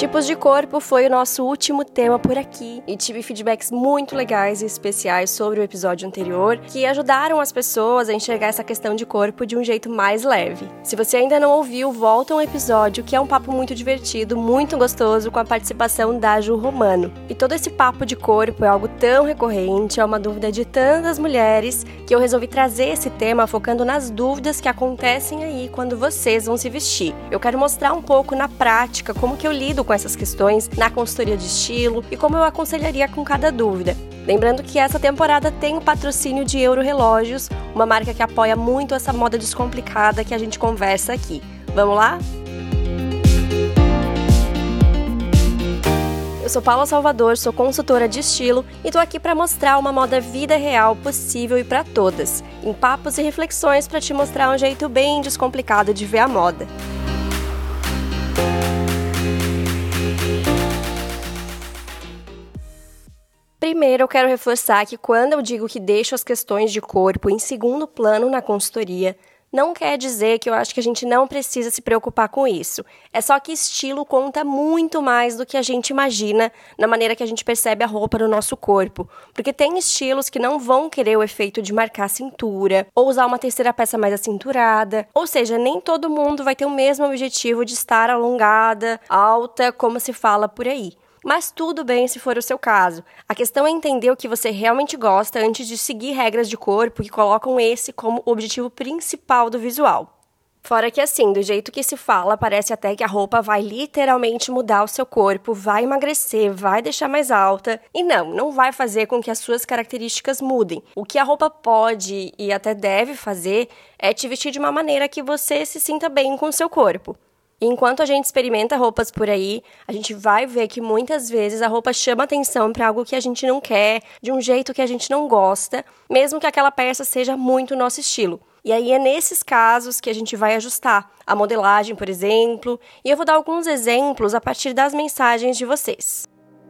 Tipos de corpo foi o nosso último tema por aqui e tive feedbacks muito legais e especiais sobre o episódio anterior que ajudaram as pessoas a enxergar essa questão de corpo de um jeito mais leve. Se você ainda não ouviu, volta um episódio que é um papo muito divertido, muito gostoso, com a participação da Ju Romano. E todo esse papo de corpo é algo tão recorrente, é uma dúvida de tantas mulheres, que eu resolvi trazer esse tema focando nas dúvidas que acontecem aí quando vocês vão se vestir. Eu quero mostrar um pouco na prática como que eu lido com essas questões na consultoria de estilo e como eu aconselharia com cada dúvida. Lembrando que essa temporada tem o patrocínio de Euro Relógios, uma marca que apoia muito essa moda descomplicada que a gente conversa aqui. Vamos lá? Eu sou Paula Salvador, sou consultora de estilo e tô aqui para mostrar uma moda vida real possível e para todas, em papos e reflexões para te mostrar um jeito bem descomplicado de ver a moda. Primeiro, eu quero reforçar que quando eu digo que deixo as questões de corpo em segundo plano na consultoria, não quer dizer que eu acho que a gente não precisa se preocupar com isso. É só que estilo conta muito mais do que a gente imagina na maneira que a gente percebe a roupa no nosso corpo. Porque tem estilos que não vão querer o efeito de marcar a cintura, ou usar uma terceira peça mais acinturada. Ou seja, nem todo mundo vai ter o mesmo objetivo de estar alongada, alta, como se fala por aí. Mas tudo bem se for o seu caso. A questão é entender o que você realmente gosta antes de seguir regras de corpo que colocam esse como o objetivo principal do visual. Fora que assim, do jeito que se fala, parece até que a roupa vai literalmente mudar o seu corpo, vai emagrecer, vai deixar mais alta. E não vai fazer com que as suas características mudem. O que a roupa pode e até deve fazer é te vestir de uma maneira que você se sinta bem com o seu corpo. E enquanto a gente experimenta roupas por aí, a gente vai ver que muitas vezes a roupa chama atenção para algo que a gente não quer, de um jeito que a gente não gosta, mesmo que aquela peça seja muito nosso estilo. E aí é nesses casos que a gente vai ajustar a modelagem, por exemplo, e eu vou dar alguns exemplos a partir das mensagens de vocês.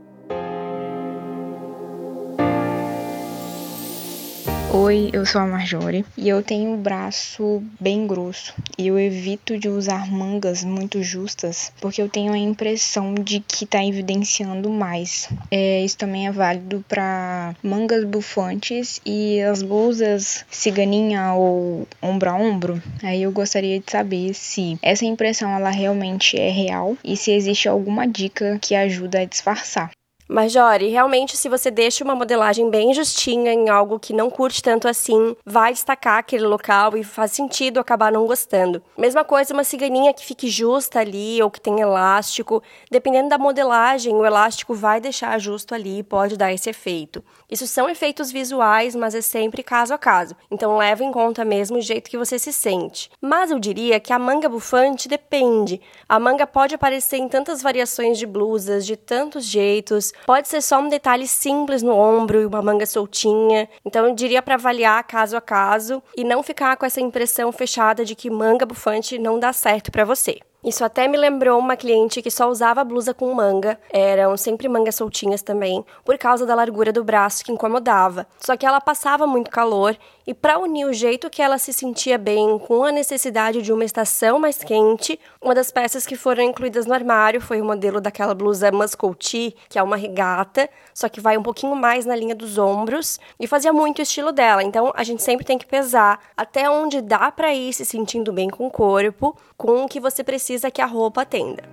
Oi, eu sou a Marjorie e eu tenho o braço bem grosso e eu evito de usar mangas muito justas porque eu tenho a impressão de que está evidenciando mais. Isso também é válido para mangas bufantes e as blusas ciganinha ou ombro a ombro. Aí eu gostaria de saber se essa impressão ela realmente é real e se existe alguma dica que ajuda a disfarçar. Marjorie, realmente se você deixa uma modelagem bem justinha em algo que não curte tanto assim, vai destacar aquele local e faz sentido acabar não gostando. Mesma coisa uma ciganinha que fique justa ali ou que tenha elástico, dependendo da modelagem, o elástico vai deixar justo ali e pode dar esse efeito. Isso são efeitos visuais, mas é sempre caso a caso, então leva em conta mesmo o jeito que você se sente. Mas eu diria que a manga bufante depende. A manga pode aparecer em tantas variações de blusas, de tantos jeitos. Pode ser só um detalhe simples no ombro e uma manga soltinha. Então eu diria para avaliar caso a caso e não ficar com essa impressão fechada de que manga bufante não dá certo para você. Isso até me lembrou uma cliente que só usava blusa com manga, eram sempre mangas soltinhas também, por causa da largura do braço que incomodava. Só que ela passava muito calor e para unir o jeito que ela se sentia bem com a necessidade de uma estação mais quente, uma das peças que foram incluídas no armário foi o modelo daquela blusa Muscle Tee, que é uma regata, só que vai um pouquinho mais na linha dos ombros e fazia muito o estilo dela. Então a gente sempre tem que pesar até onde dá para ir se sentindo bem com o corpo, com o que você precisa que a roupa atenda.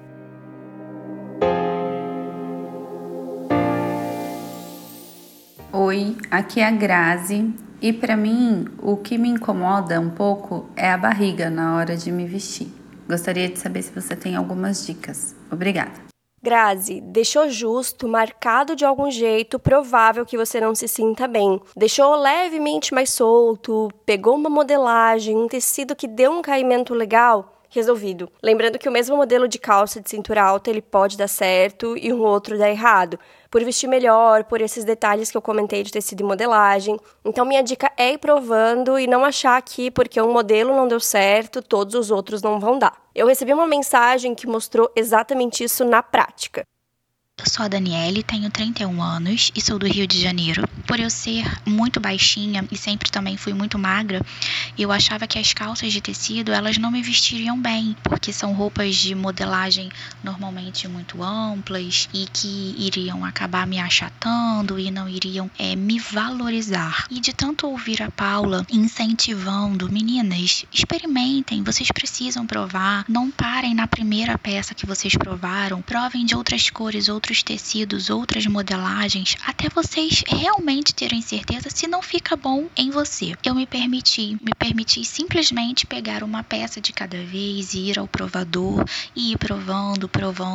Oi, aqui é a Grazi e para mim o que me incomoda um pouco é a barriga na hora de me vestir. Gostaria de saber se você tem algumas dicas. Obrigada. Grazi, deixou justo, marcado de algum jeito, provável que você não se sinta bem. Deixou levemente mais solto, pegou uma modelagem, um tecido que deu um caimento legal? Resolvido. Lembrando que o mesmo modelo de calça de cintura alta ele pode dar certo e um outro dar errado. Por vestir melhor, por esses detalhes que eu comentei de tecido e modelagem. Então minha dica é ir provando e não achar que porque um modelo não deu certo, todos os outros não vão dar. Eu recebi uma mensagem que mostrou exatamente isso na prática. Eu sou a Daniele, tenho 31 anos e sou do Rio de Janeiro. Por eu ser muito baixinha e sempre também fui muito magra, eu achava que as calças de tecido, elas não me vestiriam bem, porque são roupas de modelagem normalmente muito amplas e que iriam acabar me achatando e não iriam me valorizar. E de tanto ouvir a Paula incentivando, meninas, experimentem, vocês precisam provar, não parem na primeira peça que vocês provaram, provem de outras cores, outros tecidos, outras modelagens, até vocês realmente terem certeza se não fica bom em você. Eu me permiti simplesmente pegar uma peça de cada vez e ir ao provador e ir provando.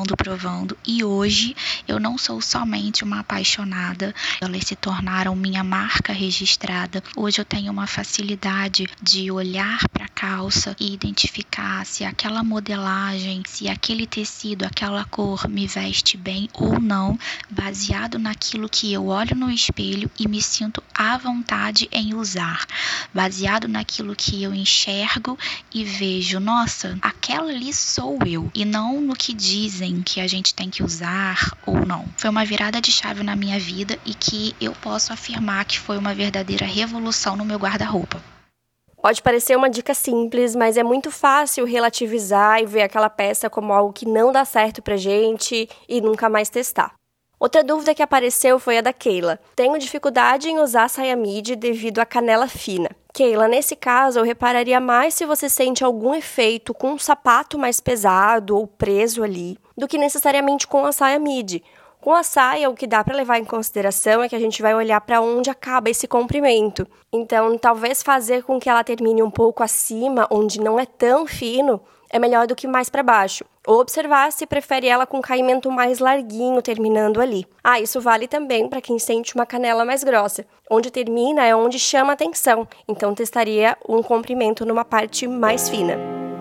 E hoje eu não sou somente uma apaixonada, elas se tornaram minha marca registrada. Hoje eu tenho uma facilidade de olhar para a calça e identificar se aquela modelagem, se aquele tecido, aquela cor me veste bem ou não, baseado naquilo que eu olho no espelho e me sinto à vontade em usar, baseado naquilo que eu enxergo e vejo, nossa, aquela ali sou eu, e não no que dizem que a gente tem que usar ou não. Foi uma virada de chave na minha vida e que eu posso afirmar que foi uma verdadeira revolução no meu guarda-roupa. Pode parecer uma dica simples, mas é muito fácil relativizar e ver aquela peça como algo que não dá certo pra gente e nunca mais testar. Outra dúvida que apareceu foi a da Keila. Tenho dificuldade em usar saia midi devido à canela fina. Keila, nesse caso, eu repararia mais se você sente algum efeito com um sapato mais pesado ou preso ali, do que necessariamente com a saia midi. Com a saia, o que dá para levar em consideração é que a gente vai olhar para onde acaba esse comprimento. Então, talvez fazer com que ela termine um pouco acima, onde não é tão fino, é melhor do que mais para baixo. Ou observar se prefere ela com caimento mais larguinho, terminando ali. Isso vale também para quem sente uma canela mais grossa. Onde termina é onde chama atenção, então testaria um comprimento numa parte mais fina.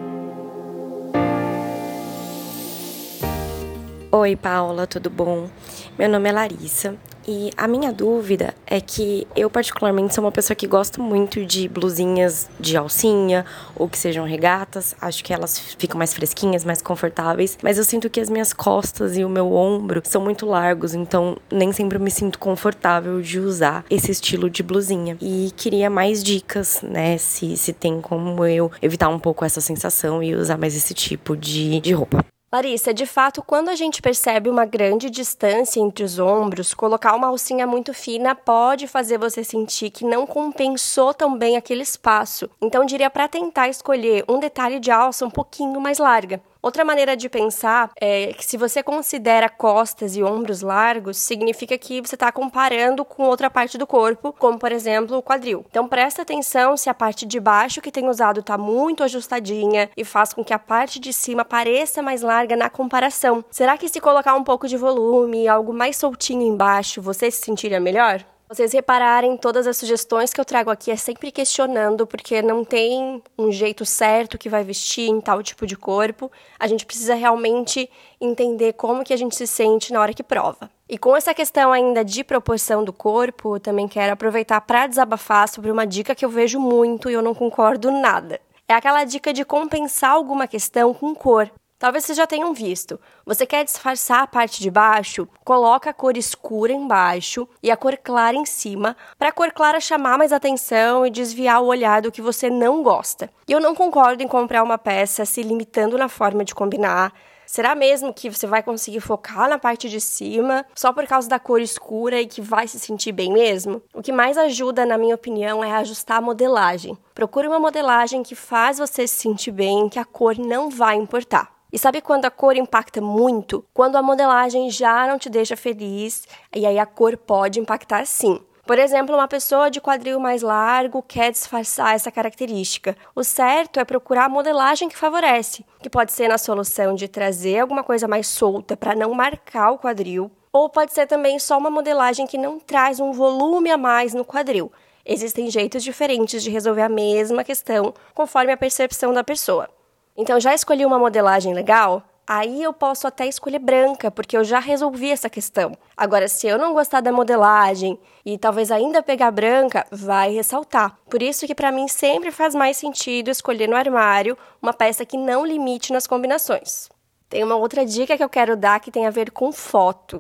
Oi, Paula, tudo bom? Meu nome é Larissa e a minha dúvida é que eu particularmente sou uma pessoa que gosto muito de blusinhas de alcinha ou que sejam regatas. Acho que elas ficam mais fresquinhas, mais confortáveis, mas eu sinto que as minhas costas e o meu ombro são muito largos, então nem sempre eu me sinto confortável de usar esse estilo de blusinha. E queria mais dicas, né, se tem como eu evitar um pouco essa sensação e usar mais esse tipo de roupa. Larissa, de fato, quando a gente percebe uma grande distância entre os ombros, colocar uma alcinha muito fina pode fazer você sentir que não compensou tão bem aquele espaço. Então, diria para tentar escolher um detalhe de alça um pouquinho mais larga. Outra maneira de pensar é que se você considera costas e ombros largos, significa que você está comparando com outra parte do corpo, como, por exemplo, o quadril. Então, presta atenção se a parte de baixo que tem usado está muito ajustadinha e faz com que a parte de cima pareça mais larga na comparação. Será que se colocar um pouco de volume, algo mais soltinho embaixo, você se sentiria melhor? Vocês repararem, todas as sugestões que eu trago aqui é sempre questionando, porque não tem um jeito certo que vai vestir em tal tipo de corpo. A gente precisa realmente entender como que a gente se sente na hora que prova. E com essa questão ainda de proporção do corpo, eu também quero aproveitar para desabafar sobre uma dica que eu vejo muito e eu não concordo nada. É aquela dica de compensar alguma questão com cor. Talvez vocês já tenham visto. Você quer disfarçar a parte de baixo? Coloca a cor escura embaixo e a cor clara em cima, para a cor clara chamar mais atenção e desviar o olhar do que você não gosta. E eu não concordo em comprar uma peça se limitando na forma de combinar. Será mesmo que você vai conseguir focar na parte de cima só por causa da cor escura e que vai se sentir bem mesmo? O que mais ajuda, na minha opinião, é ajustar a modelagem. Procure uma modelagem que faz você se sentir bem, que a cor não vai importar. E sabe quando a cor impacta muito? Quando a modelagem já não te deixa feliz, e aí a cor pode impactar sim. Por exemplo, uma pessoa de quadril mais largo quer disfarçar essa característica. O certo é procurar a modelagem que favorece, que pode ser na solução de trazer alguma coisa mais solta para não marcar o quadril, ou pode ser também só uma modelagem que não traz um volume a mais no quadril. Existem jeitos diferentes de resolver a mesma questão, conforme a percepção da pessoa. Então, já escolhi uma modelagem legal? Aí eu posso até escolher branca, porque eu já resolvi essa questão. Agora, se eu não gostar da modelagem e talvez ainda pegar branca, vai ressaltar. Por isso que para mim sempre faz mais sentido escolher no armário uma peça que não limite nas combinações. Tem uma outra dica que eu quero dar que tem a ver com foto.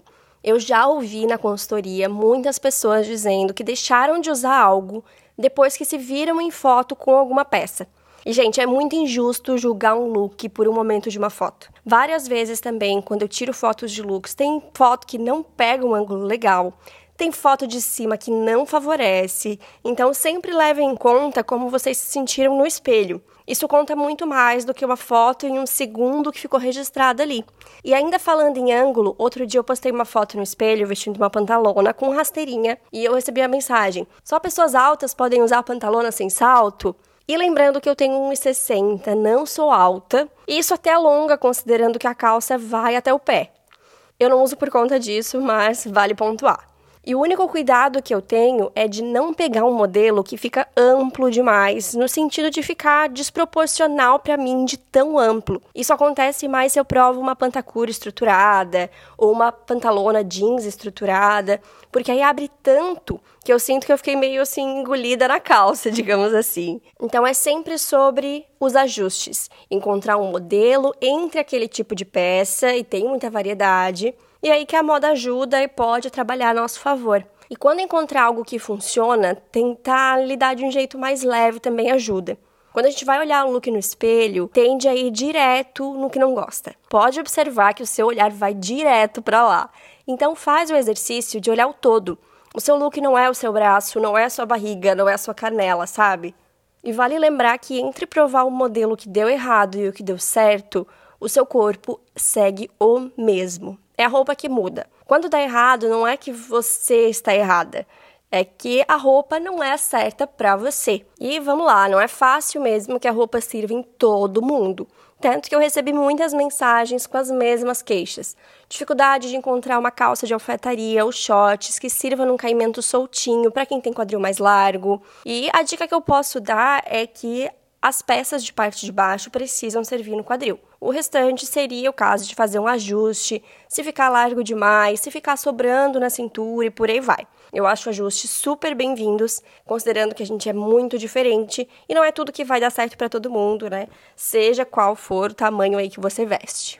Eu já ouvi na consultoria muitas pessoas dizendo que deixaram de usar algo depois que se viram em foto com alguma peça. E, gente, é muito injusto julgar um look por um momento de uma foto. Várias vezes também, quando eu tiro fotos de looks, tem foto que não pega um ângulo legal, tem foto de cima que não favorece. Então, sempre levem em conta como vocês se sentiram no espelho. Isso conta muito mais do que uma foto em um segundo que ficou registrada ali. E ainda falando em ângulo, outro dia eu postei uma foto no espelho vestindo uma pantalona com rasteirinha e eu recebi a mensagem: só pessoas altas podem usar pantalona sem salto? E lembrando que eu tenho 1,60, não sou alta, e isso até alonga considerando que a calça vai até o pé. Eu não uso por conta disso, mas vale pontuar. E o único cuidado que eu tenho é de não pegar um modelo que fica amplo demais, no sentido de ficar desproporcional para mim de tão amplo. Isso acontece mais se eu provo uma pantacura estruturada ou uma pantalona jeans estruturada, porque aí abre tanto que eu sinto que eu fiquei meio assim engolida na calça, digamos assim. Então é sempre sobre os ajustes, encontrar um modelo entre aquele tipo de peça, e tem muita variedade, e aí que a moda ajuda e pode trabalhar a nosso favor. E quando encontrar algo que funciona, tentar lidar de um jeito mais leve também ajuda. Quando a gente vai olhar um look no espelho, tende a ir direto no que não gosta. Pode observar que o seu olhar vai direto para lá. Então faz o exercício de olhar o todo. O seu look não é o seu braço, não é a sua barriga, não é a sua canela, sabe? E vale lembrar que entre provar o modelo que deu errado e o que deu certo, o seu corpo segue o mesmo. É a roupa que muda. Quando dá errado, não é que você está errada. É que a roupa não é certa para você. E vamos lá, não é fácil mesmo que a roupa sirva em todo mundo. Tanto que eu recebi muitas mensagens com as mesmas queixas. Dificuldade de encontrar uma calça de alfaiataria ou shorts que sirva num caimento soltinho para quem tem quadril mais largo. E a dica que eu posso dar é que as peças de parte de baixo precisam servir no quadril. O restante seria o caso de fazer um ajuste, se ficar largo demais, se ficar sobrando na cintura e por aí vai. Eu acho ajustes super bem-vindos, considerando que a gente é muito diferente e não é tudo que vai dar certo para todo mundo, né? Seja qual for o tamanho aí que você veste.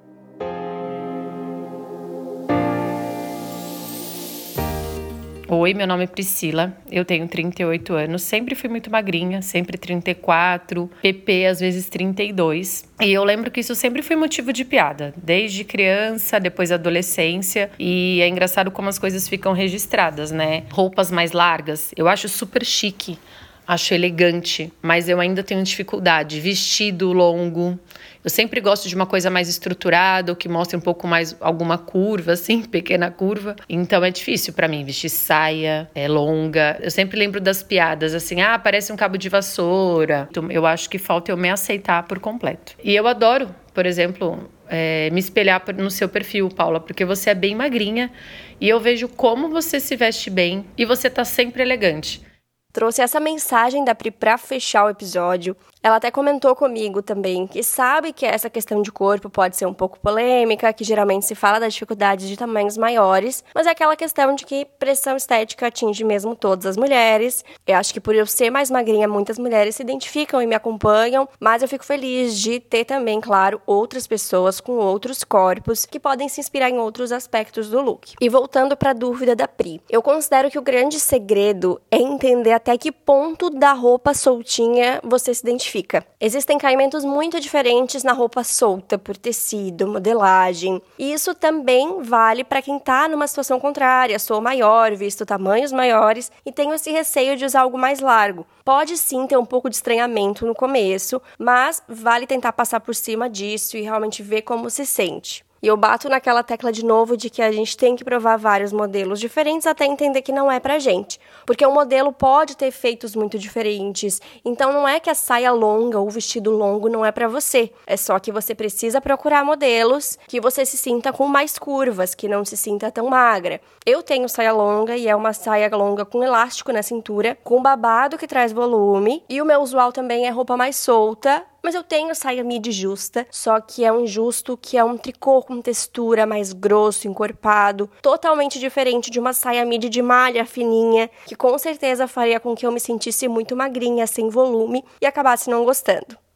Oi, meu nome é Priscila, eu tenho 38 anos, sempre fui muito magrinha, sempre 34, PP às vezes 32. E eu lembro que isso sempre foi motivo de piada, desde criança, depois adolescência. E é engraçado como as coisas ficam registradas, né? Roupas mais largas, eu acho super chique, acho elegante, mas eu ainda tenho dificuldade. Vestido longo, eu sempre gosto de uma coisa mais estruturada, ou que mostre um pouco mais alguma curva, assim, pequena curva. Então é difícil pra mim vestir saia, longa. Eu sempre lembro das piadas, assim, parece um cabo de vassoura. Então, eu acho que falta eu me aceitar por completo. E eu adoro, por exemplo, me espelhar no seu perfil, Paula, porque você é bem magrinha e eu vejo como você se veste bem e você tá sempre elegante. Trouxe essa mensagem da Pri pra fechar o episódio. Ela até comentou comigo também que sabe que essa questão de corpo pode ser um pouco polêmica, que geralmente se fala da dificuldade de tamanhos maiores, mas é aquela questão de que pressão estética atinge mesmo todas as mulheres. Eu acho que por eu ser mais magrinha, muitas mulheres se identificam e me acompanham, mas eu fico feliz de ter também, claro, outras pessoas com outros corpos que podem se inspirar em outros aspectos do look. E voltando para a dúvida da Pri, eu considero que o grande segredo é entender até que ponto da roupa soltinha você se identifica. Existem caimentos muito diferentes na roupa solta, por tecido, modelagem. E isso também vale para quem está numa situação contrária. Sou maior, visto tamanhos maiores e tenho esse receio de usar algo mais largo. Pode sim ter um pouco de estranhamento no começo, mas vale tentar passar por cima disso e realmente ver como se sente. E eu bato naquela tecla de novo de que a gente tem que provar vários modelos diferentes até entender que não é pra gente. Porque um modelo pode ter efeitos muito diferentes. Então não é que a saia longa ou o vestido longo não é pra você. É só que você precisa procurar modelos que você se sinta com mais curvas, que não se sinta tão magra. Eu tenho saia longa e é uma saia longa com elástico na cintura, com babado que traz volume. E o meu usual também é roupa mais solta. Mas eu tenho saia midi justa, só que é um justo que é um tricô com textura mais grosso, encorpado, totalmente diferente de uma saia midi de malha fininha, que com certeza faria com que eu me sentisse muito magrinha, sem volume, e acabasse não gostando.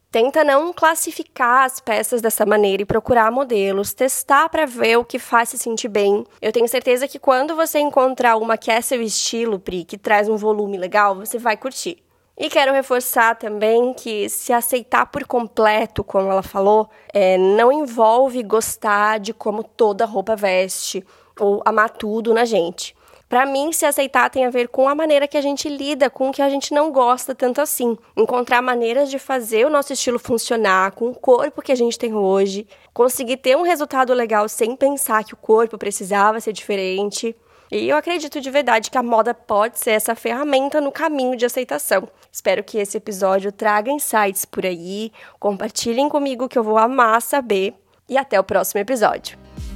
Tenta não classificar as peças dessa maneira e procurar modelos, testar para ver o que faz se sentir bem. Eu tenho certeza que quando você encontrar uma que é seu estilo, Pri, que traz um volume legal, você vai curtir. E quero reforçar também que se aceitar por completo, como ela falou, não envolve gostar de como toda roupa veste ou amar tudo na gente. Para mim, se aceitar tem a ver com a maneira que a gente lida com o que a gente não gosta tanto assim. Encontrar maneiras de fazer o nosso estilo funcionar com o corpo que a gente tem hoje. Conseguir ter um resultado legal sem pensar que o corpo precisava ser diferente. E eu acredito de verdade que a moda pode ser essa ferramenta no caminho de aceitação. Espero que esse episódio traga insights por aí. Compartilhem comigo que eu vou amar saber. E até o próximo episódio.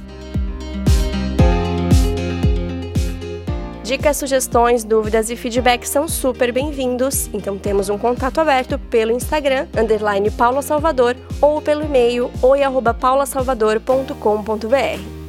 Dicas, sugestões, dúvidas e feedback são super bem-vindos, então temos um contato aberto pelo Instagram, _Paula Salvador, ou pelo e-mail oi@paulasalvador.com.br.